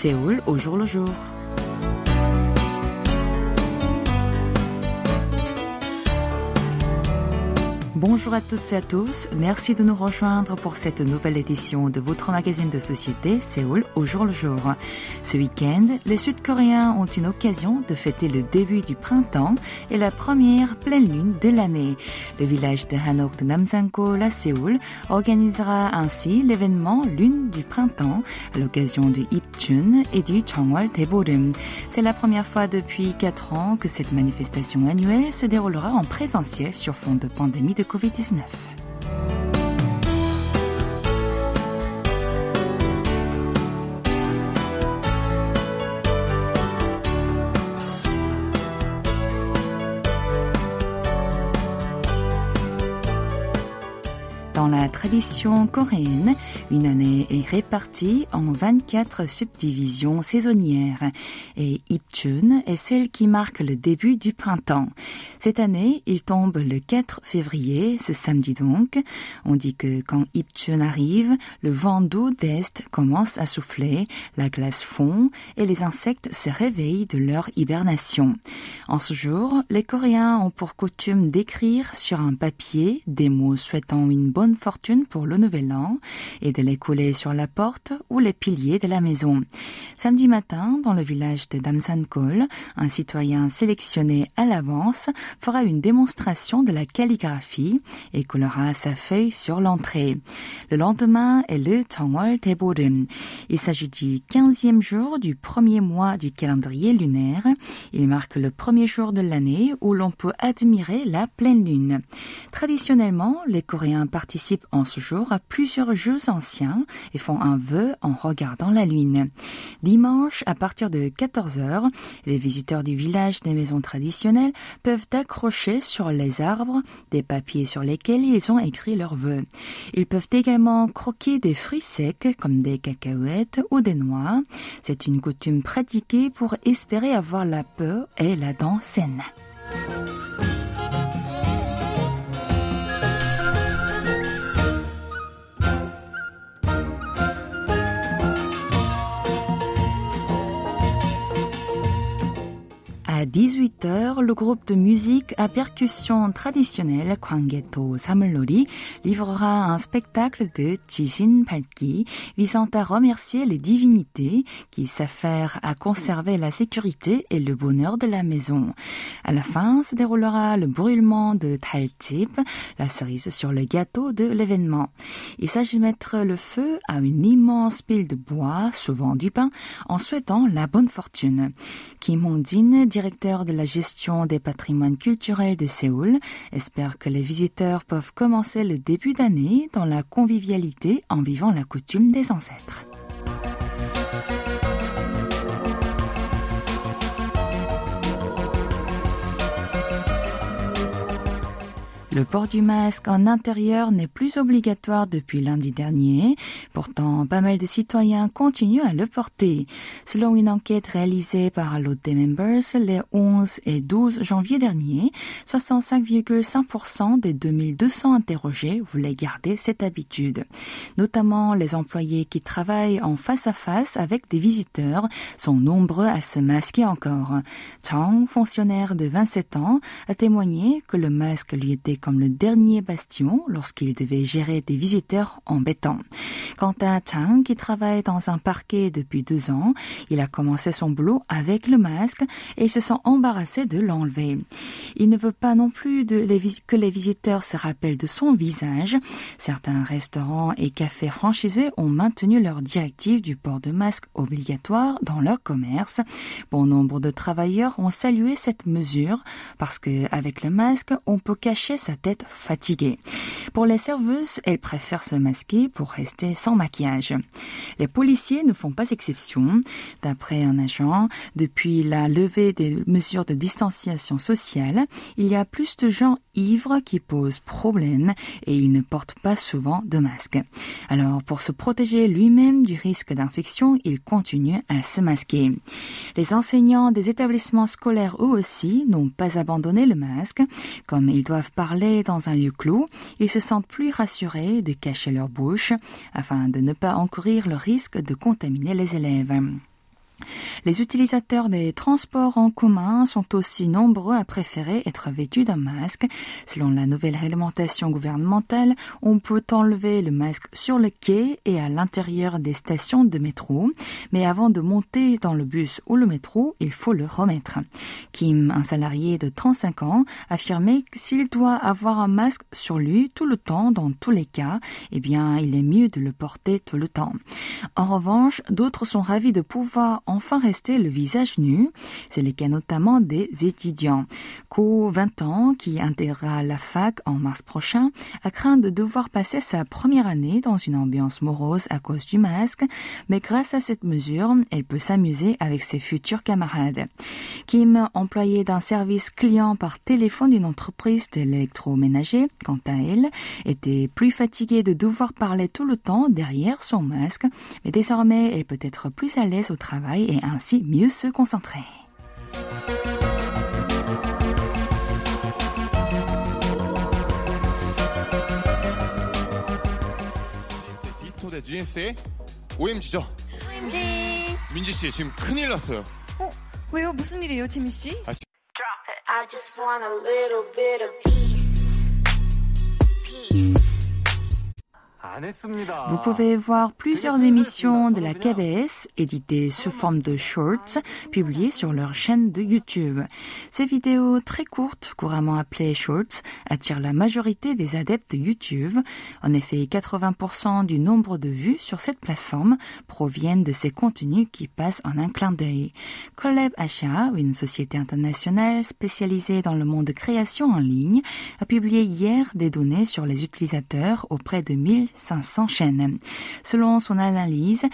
Séoul au jour le jour. Bonjour à toutes et à tous, merci de nous rejoindre pour cette nouvelle édition de votre magazine de société Séoul au jour le jour. Ce week-end, les Sud-Coréens ont une occasion de fêter le début du printemps et la première pleine lune de l'année. Le village de Hanok de Namsan-gol à Séoul organisera ainsi l'événement Lune du printemps à l'occasion du Ipchun et du Cheongwol Daeborim. C'est la première fois depuis 4 ans que cette manifestation annuelle se déroulera en présentiel sur fond de pandémie de COVID-19. Dans la tradition coréenne, une année est répartie en 24 subdivisions saisonnières et Ipchun est celle qui marque le début du printemps. Cette année, il tombe le 4 février, ce samedi donc. On dit que quand Ipchun arrive, le vent doux d'est commence à souffler, la glace fond et les insectes se réveillent de leur hibernation. En ce jour, les Coréens ont pour coutume d'écrire sur un papier des mots souhaitant une bonne fortune pour le nouvel an et de les coller sur la porte ou les piliers de la maison. Samedi matin, dans le village de Namsan-gol, un citoyen sélectionné à l'avance fera une démonstration de la calligraphie et collera sa feuille sur l'entrée. Le lendemain est le Cheongwol Daeborim. Il s'agit du 15e jour du premier mois du calendrier lunaire. Il marque le premier jour de l'année où l'on peut admirer la pleine lune. Traditionnellement, les Coréens participent en ce jour à plusieurs jeux anciens et font un vœu en regardant la lune. Dimanche, à partir de 14h, les visiteurs du village des maisons traditionnelles peuvent accrocher sur les arbres des papiers sur lesquels ils ont écrit leurs vœux. Ils peuvent également croquer des fruits secs comme des cacahuètes ou des noix. C'est une coutume pratiquée pour espérer avoir la peau et la dent saines. À 18h, le groupe de musique à percussion traditionnelle Kwanggaeto Samulnori livrera un spectacle de Jishin Palki visant à remercier les divinités qui s'affairent à conserver la sécurité et le bonheur de la maison. À la fin se déroulera le brûlement de Daljip, la cerise sur le gâteau de l'événement. Il s'agit de mettre le feu à une immense pile de bois, souvent du pain, en souhaitant la bonne fortune. Kim Hong-jin, directeur de la gestion des patrimoines culturels de Séoul, espère que les visiteurs peuvent commencer le début d'année dans la convivialité en vivant la coutume des ancêtres. Le port du masque en intérieur n'est plus obligatoire depuis lundi dernier. Pourtant, pas mal de citoyens continuent à le porter. Selon une enquête réalisée par Lotte Members les 11 et 12 janvier dernier, 65,5% des 2200 interrogés voulaient garder cette habitude. Notamment, les employés qui travaillent en face à face avec des visiteurs sont nombreux à se masquer encore. Chang, fonctionnaire de 27 ans, a témoigné que le masque lui était comme le dernier bastion lorsqu'il devait gérer des visiteurs embêtants. Quant à Chang, qui travaille dans un parquet depuis 2 ans, il a commencé son boulot avec le masque et il se sent embarrassé de l'enlever. Il ne veut pas non plus que les visiteurs se rappellent de son visage. Certains restaurants et cafés franchisés ont maintenu leur directive du port de masque obligatoire dans leur commerce. Bon nombre de travailleurs ont salué cette mesure parce qu'avec le masque, on peut cacher sa tête fatiguée. Pour les serveuses, elles préfèrent se masquer pour rester sans maquillage. Les policiers ne font pas exception. D'après un agent, depuis la levée des mesures de distanciation sociale, il y a plus de gens ivres qui posent problème et ils ne portent pas souvent de masque. Alors, pour se protéger lui-même du risque d'infection, il continue à se masquer. Les enseignants des établissements scolaires, eux aussi, n'ont pas abandonné le masque. Comme ils doivent parler dans un lieu clos, ils se sentent plus rassurés de cacher leur bouche afin de ne pas encourir le risque de contaminer les élèves. Les utilisateurs des transports en commun sont aussi nombreux à préférer être vêtus d'un masque. Selon la nouvelle réglementation gouvernementale, on peut enlever le masque sur le quai et à l'intérieur des stations de métro. Mais avant de monter dans le bus ou le métro, il faut le remettre. Kim, un salarié de 35 ans, affirmait que s'il doit avoir un masque sur lui tout le temps, dans tous les cas, eh bien, il est mieux de le porter tout le temps. En revanche, d'autres sont ravis de pouvoir enfin rester le visage nu. C'est le cas notamment des étudiants. Ko, 20 ans, qui intégrera la fac en mars prochain, a craint de devoir passer sa première année dans une ambiance morose à cause du masque, mais grâce à cette mesure, elle peut s'amuser avec ses futurs camarades. Kim, employée d'un service client par téléphone d'une entreprise de l'électroménager, quant à elle, était plus fatiguée de devoir parler tout le temps derrière son masque, mais désormais, elle peut être plus à l'aise au travail et ainsi mieux se concentrer. GNC OMG죠. OMG. 민지 씨 지금 큰일 났어요. 왜요? 무슨 일이에요, 재미 씨? I just want a little bit of peace. Vous pouvez voir plusieurs émissions de la KBS éditées sous forme de shorts publiées sur leur chaîne de YouTube. Ces vidéos très courtes, couramment appelées shorts, attirent la majorité des adeptes de YouTube. En effet, 80% du nombre de vues sur cette plateforme proviennent de ces contenus qui passent en un clin d'œil. Collab Asia, une société internationale spécialisée dans le monde de création en ligne, a publié hier des données sur les utilisateurs auprès de 1500 chaînes. Selon son analyse,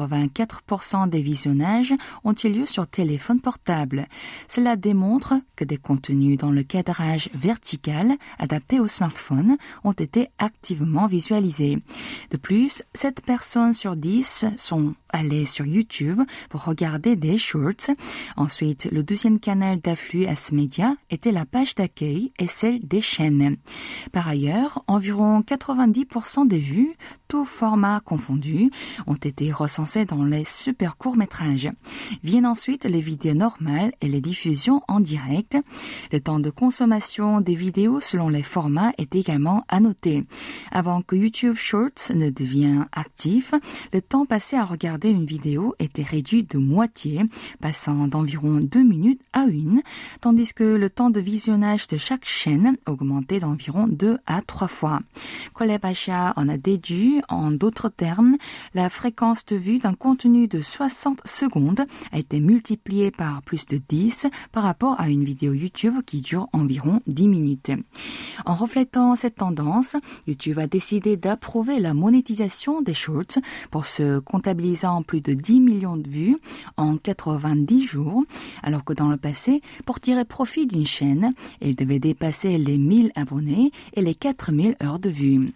84% des visionnages ont eu lieu sur téléphone portable. Cela démontre que des contenus dans le cadrage vertical adapté au smartphone ont été activement visualisés. De plus, 7 personnes sur 10 sont allées sur YouTube pour regarder des shorts. Ensuite, le deuxième canal d'afflux S-Media était la page d'accueil et celle des chaînes. Par ailleurs, environ 90% des vues, tous formats confondus, ont été recensés dans les super courts-métrages. Viennent ensuite les vidéos normales et les diffusions en direct. Le temps de consommation des vidéos selon les formats est également à noter. Avant que YouTube Shorts ne devienne actif, le temps passé à regarder une vidéo était réduit de moitié, passant d'environ 2 minutes à 1, tandis que le temps de visionnage de chaque chaîne augmentait d'environ 2 à 3 fois. Collab Asia en a déduit, en d'autres termes, la fréquence de vue d'un contenu de 60 secondes a été multipliée par plus de 10 par rapport à une vidéo YouTube qui dure environ 10 minutes. En reflétant cette tendance, YouTube a décidé d'approuver la monétisation des shorts pour se comptabilisant plus de 10 millions de vues en 90 jours, alors que dans le passé, pour tirer profit d'une chaîne, elle devait dépasser les 1000 abonnés et les 4000 heures de vue.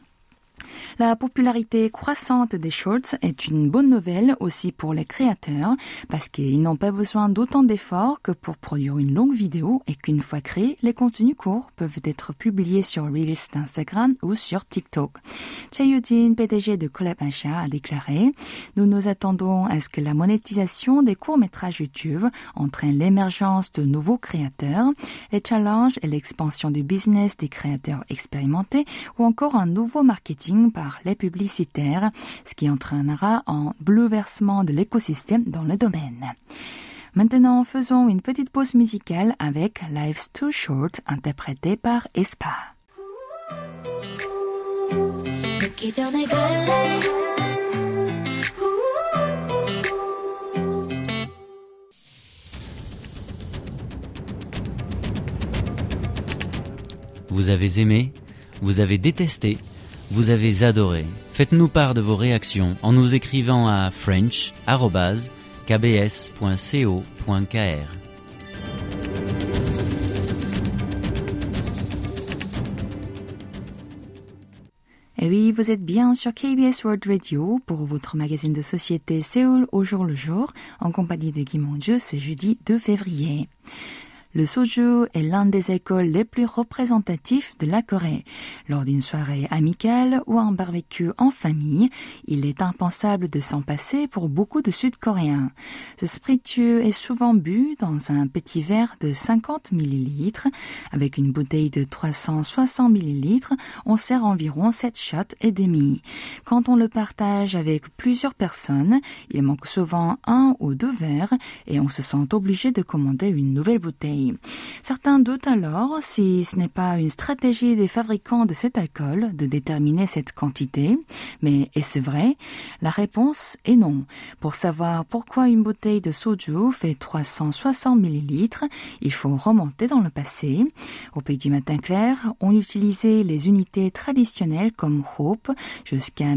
La popularité croissante des shorts est une bonne nouvelle aussi pour les créateurs parce qu'ils n'ont pas besoin d'autant d'efforts que pour produire une longue vidéo et qu'une fois créés, les contenus courts peuvent être publiés sur Reels d'Instagram ou sur TikTok. Chae Yoo-jin, PDG de Collab Asia, a déclaré « Nous nous attendons à ce que la monétisation des courts-métrages YouTube entraîne l'émergence de nouveaux créateurs, les challenges et l'expansion du business des créateurs expérimentés ou encore un nouveau marketing par les publicitaires, ce qui entraînera un bouleversement de l'écosystème dans le domaine. Maintenant, faisons une petite pause musicale avec Life's Too Short, interprété par aespa. Vous avez aimé, vous avez détesté, vous avez adoré. Faites-nous part de vos réactions en nous écrivant à french@kbs.co.kr. Et oui, vous êtes bien sur KBS World Radio pour votre magazine de société Séoul au jour le jour, en compagnie de Kim Won-ju ce jeudi 2 février. Le soju est l'un des alcools les plus représentatifs de la Corée. Lors d'une soirée amicale ou un barbecue en famille, il est impensable de s'en passer pour beaucoup de Sud-Coréens. Ce spiritueux est souvent bu dans un petit verre de 50 ml. Avec une bouteille de 360 ml, on sert environ 7 shots et demi. Quand on le partage avec plusieurs personnes, il manque souvent 1 ou 2 verres et on se sent obligé de commander une nouvelle bouteille. Certains doutent alors si ce n'est pas une stratégie des fabricants de cet alcool de déterminer cette quantité. Mais est-ce vrai? La réponse est non. Pour savoir pourquoi une bouteille de soju fait 360 ml, il faut remonter dans le passé. Au pays du matin clair, on utilisait les unités traditionnelles comme hope jusqu'à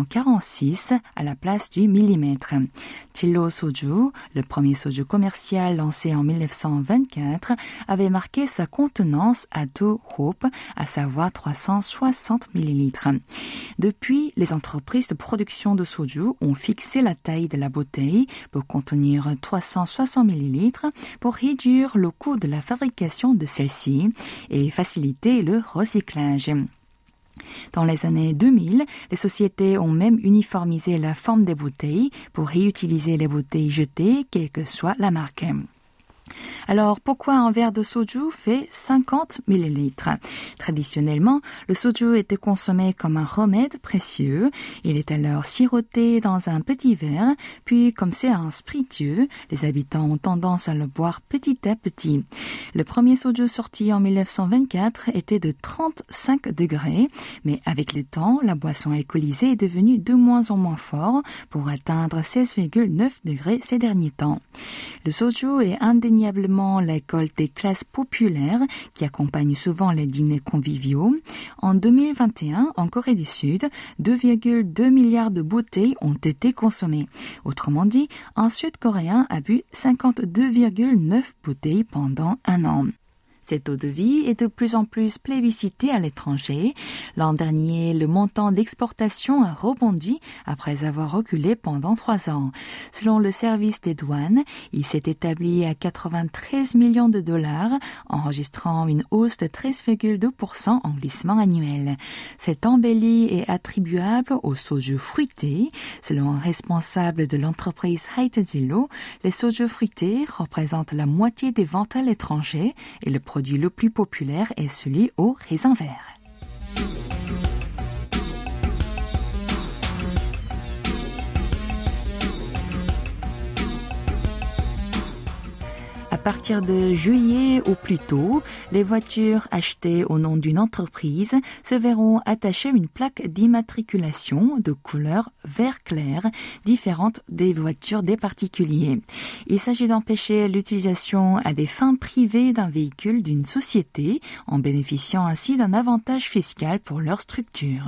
1946 à la place du millimètre. Chilo Soju, le premier soju commercial lancé en 1924, avait marqué sa contenance à 2 hope, à savoir 360 ml. Depuis, les entreprises de production de soju ont fixé la taille de la bouteille pour contenir 360 ml pour réduire le coût de la fabrication de celle-ci et faciliter le recyclage. Dans les années 2000, les sociétés ont même uniformisé la forme des bouteilles pour réutiliser les bouteilles jetées, quelle que soit la marque. Alors, pourquoi un verre de soju fait 50 ml? Traditionnellement, le soju était consommé comme un remède précieux. Il est alors siroté dans un petit verre, puis comme c'est un spiritueux, les habitants ont tendance à le boire petit à petit. Le premier soju sorti en 1924 était de 35 degrés, mais avec le temps, la boisson alcoolisée est devenue de moins en moins fort pour atteindre 16,9 degrés ces derniers temps. Le soju est indéniablement l'alcool des classes populaires qui accompagne souvent les dîners conviviaux. En 2021, en Corée du Sud, 2,2 milliards de bouteilles ont été consommées. Autrement dit, un Sud-Coréen a bu 52,9 bouteilles pendant un an. Cette eau de vie est de plus en plus plébiscitée à l'étranger. L'an dernier, le montant d'exportation a rebondi après avoir reculé pendant 3 ans. Selon le service des douanes, il s'est établi à 93 millions de dollars, enregistrant une hausse de 13,2% en glissement annuel. Cette embellie est attribuable au soju fruité. Selon un responsable de l'entreprise Haitezilo, les soju fruités représentent la moitié des ventes à l'étranger et le produit le plus populaire est celui au raisin vert. À partir de juillet ou plus tôt, les voitures achetées au nom d'une entreprise se verront attacher une plaque d'immatriculation de couleur vert clair, différente des voitures des particuliers. Il s'agit d'empêcher l'utilisation à des fins privées d'un véhicule d'une société, en bénéficiant ainsi d'un avantage fiscal pour leur structure.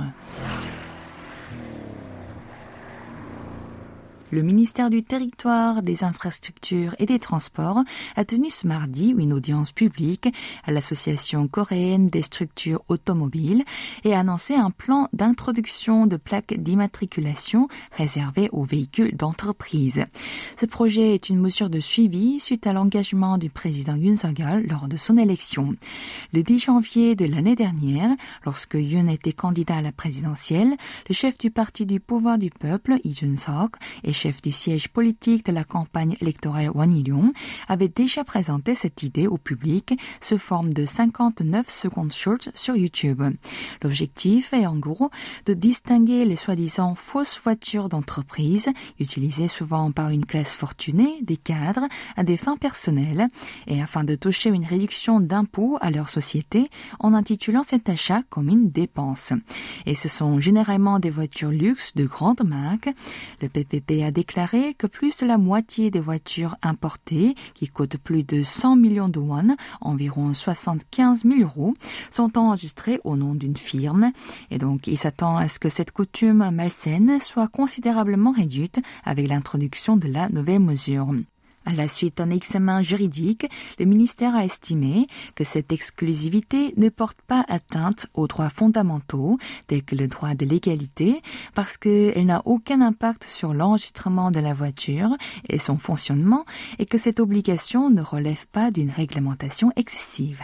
Le ministère du Territoire, des Infrastructures et des Transports a tenu ce mardi une audience publique à l'Association coréenne des structures automobiles et a annoncé un plan d'introduction de plaques d'immatriculation réservées aux véhicules d'entreprise. Ce projet est une mesure de suivi suite à l'engagement du président Yoon Suk-yeol lors de son élection. Le 10 janvier de l'année dernière, lorsque Yoon était candidat à la présidentielle, le chef du parti du pouvoir du peuple, Lee Jun-seok, et chef du siège politique de la campagne électorale Won Il-yong, avait déjà présenté cette idée au public sous forme de 59 secondes shorts sur YouTube. L'objectif est en gros de distinguer les soi-disant fausses voitures d'entreprise, utilisées souvent par une classe fortunée, des cadres, à des fins personnelles, et afin de toucher une réduction d'impôts à leur société en intitulant cet achat comme une dépense. Et ce sont généralement des voitures luxe de grandes marques. Le PPP a déclaré que plus de la moitié des voitures importées, qui coûtent plus de 100 millions de won, environ 75 000 euros, sont enregistrées au nom d'une firme. Et donc, il s'attend à ce que cette coutume malsaine soit considérablement réduite avec l'introduction de la nouvelle mesure. À la suite d'un examen juridique, le ministère a estimé que cette exclusivité ne porte pas atteinte aux droits fondamentaux, tels que le droit de l'égalité, parce qu'elle n'a aucun impact sur l'enregistrement de la voiture et son fonctionnement, et que cette obligation ne relève pas d'une réglementation excessive.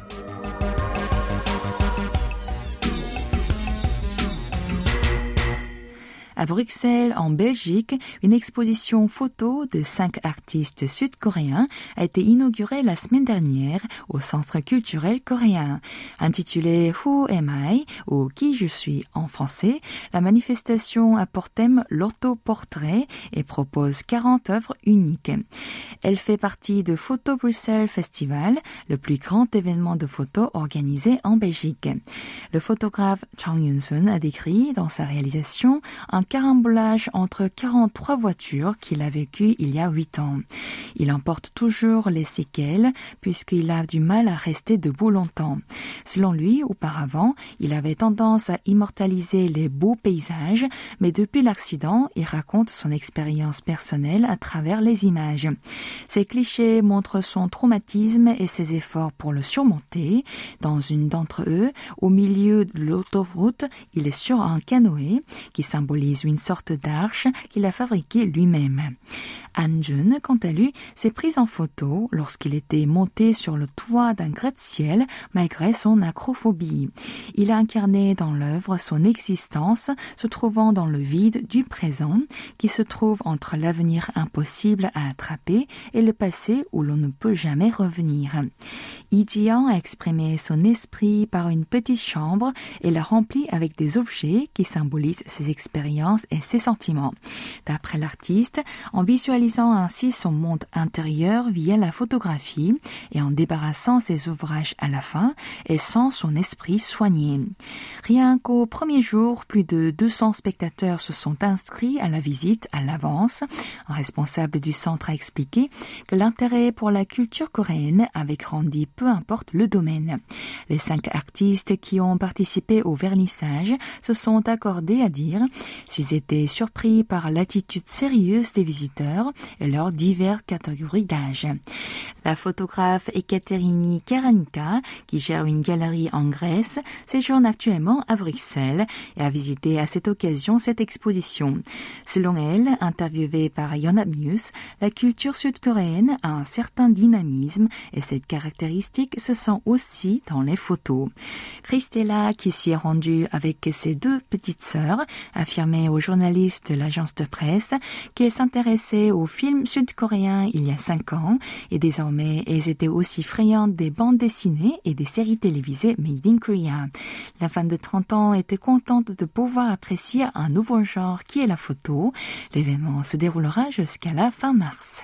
À Bruxelles, en Belgique, une exposition photo de 5 artistes sud-coréens a été inaugurée la semaine dernière au Centre culturel coréen. Intitulée Who Am I ou Qui je suis en français, la manifestation a pour thème l'autoportrait et propose 40 œuvres uniques. Elle fait partie de Photo Bruxelles Festival, le plus grand événement de photos organisé en Belgique. Le photographe Chang Yun-sun a décrit dans sa réalisation un carambolage entre 43 voitures qu'il a vécues il y a 8 ans. Il en porte toujours les séquelles puisqu'il a du mal à rester debout longtemps. Selon lui, auparavant, il avait tendance à immortaliser les beaux paysages, mais depuis l'accident, il raconte son expérience personnelle à travers les images. Ces clichés montrent son traumatisme et ses efforts pour le surmonter. Dans une d'entre eux, au milieu de l'autoroute, il est sur un canoë qui symbolise une sorte d'arche qu'il a fabriquée lui-même. Han Jun, quant à lui, s'est pris en photo lorsqu'il était monté sur le toit d'un gratte-ciel malgré son acrophobie. Il a incarné dans l'œuvre son existence se trouvant dans le vide du présent qui se trouve entre l'avenir impossible à attraper et le passé où l'on ne peut jamais revenir. Lee Ji-young a exprimé son esprit par une petite chambre et l'a remplie avec des objets qui symbolisent ses expériences et ses sentiments. D'après l'artiste, en visualisant ainsi son monde intérieur via la photographie et en débarrassant ses ouvrages à la fin et sans son esprit soigné. Rien qu'au premier jour, plus de 200 spectateurs se sont inscrits à la visite à l'avance. Un responsable du centre a expliqué que l'intérêt pour la culture coréenne avait grandi peu importe le domaine. Les 5 artistes qui ont participé au vernissage se sont accordés à dire s'ils étaient surpris par l'attitude sérieuse des visiteurs et leurs diverses catégories d'âge. La photographe Ekaterini Karanika, qui gère une galerie en Grèce, séjourne actuellement à Bruxelles et a visité à cette occasion cette exposition. Selon elle, interviewée par Yonhap News, la culture sud-coréenne a un certain dynamisme et cette caractéristique se sent aussi dans les photos. Christella, qui s'y est rendue avec ses 2 petites sœurs, affirmait aux journalistes de l'agence de presse qu'elles s'intéressaient aux films sud-coréens il y a 5 ans et désormais elles étaient aussi friandes des bandes dessinées et des séries télévisées Made in Korea. La femme de 30 ans était contente de pouvoir apprécier un nouveau genre qui est la photo. L'événement se déroulera jusqu'à la fin mars.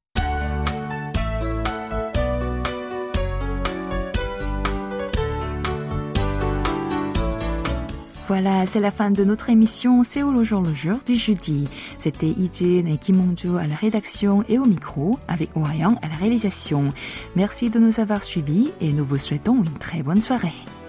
Voilà, c'est la fin de notre émission Séoul au jour le jour du jeudi. C'était Ijin et Kim Hong-ju à la rédaction et au micro, avec Oh Ha-young à la réalisation. Merci de nous avoir suivis et nous vous souhaitons une très bonne soirée.